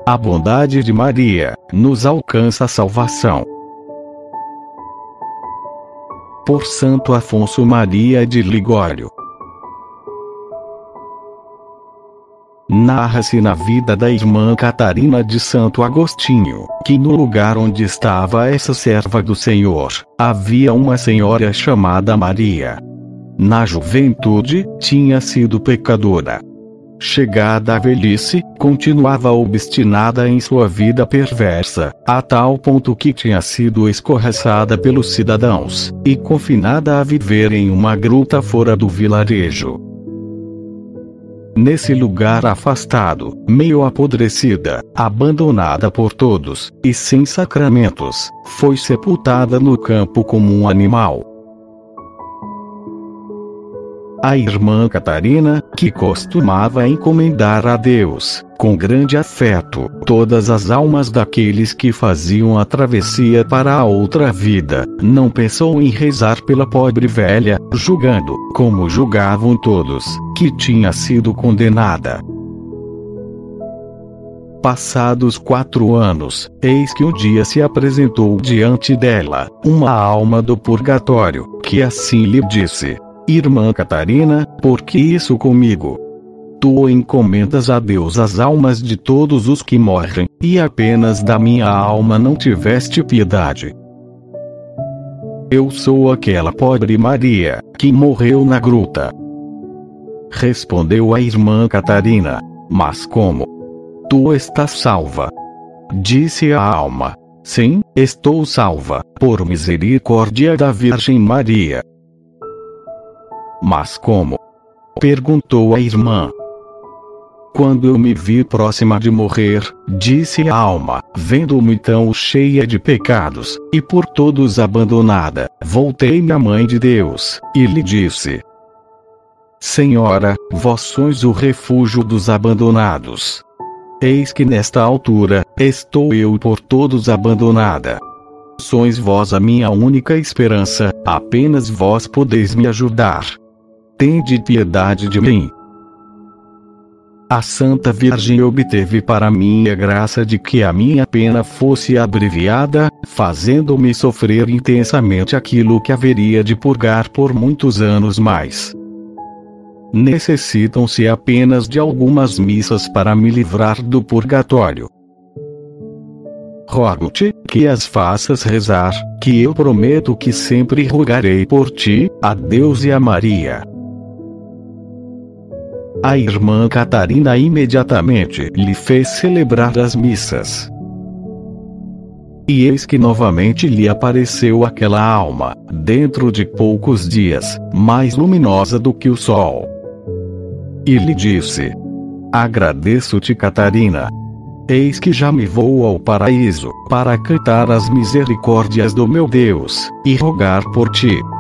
A bondade de Maria nos alcança a salvação. Por Santo Afonso Maria de Ligório. Narra-se na vida da irmã Catarina de Santo Agostinho, que no lugar onde estava essa serva do Senhor, havia uma senhora chamada Maria. Na juventude, tinha sido pecadora. Chegada à velhice, continuava obstinada em sua vida perversa, a tal ponto que tinha sido escorraçada pelos cidadãos, e confinada a viver em uma gruta fora do vilarejo. Nesse lugar afastado, meio apodrecida, abandonada por todos, e sem sacramentos, foi sepultada no campo como um animal. A irmã Catarina, que costumava encomendar a Deus, com grande afeto, todas as almas daqueles que faziam a travessia para a outra vida, não pensou em rezar pela pobre velha, julgando, como julgavam todos, que tinha sido condenada. Passados 4 anos, eis que um dia se apresentou diante dela, uma alma do purgatório, que assim lhe disse: Irmã Catarina, por que isso comigo? Tu encomendas a Deus as almas de todos os que morrem, e apenas da minha alma não tiveste piedade. Eu sou aquela pobre Maria, que morreu na gruta. Respondeu a irmã Catarina: Mas como? Tu estás salva. Disse a alma: Sim, estou salva, por misericórdia da Virgem Maria. Mas como? Perguntou a irmã. Quando eu me vi próxima de morrer, disse a alma, vendo-me tão cheia de pecados, e por todos abandonada, voltei-me à Mãe de Deus, e lhe disse: Senhora, vós sois o refúgio dos abandonados. Eis que nesta altura, estou eu por todos abandonada. Sois vós a minha única esperança, apenas vós podeis me ajudar. Tende piedade de mim. A Santa Virgem obteve para mim a graça de que a minha pena fosse abreviada, fazendo-me sofrer intensamente aquilo que haveria de purgar por muitos anos mais. Necessitam-se apenas de algumas missas para me livrar do purgatório. Rogo-te, que as faças rezar, que eu prometo que sempre rogarei por ti, a Deus e a Maria. A irmã Catarina imediatamente lhe fez celebrar as missas. E eis que novamente lhe apareceu aquela alma, dentro de poucos dias, mais luminosa do que o sol. E lhe disse: Agradeço-te, Catarina. Eis que já me vou ao paraíso, para cantar as misericórdias do meu Deus, e rogar por ti.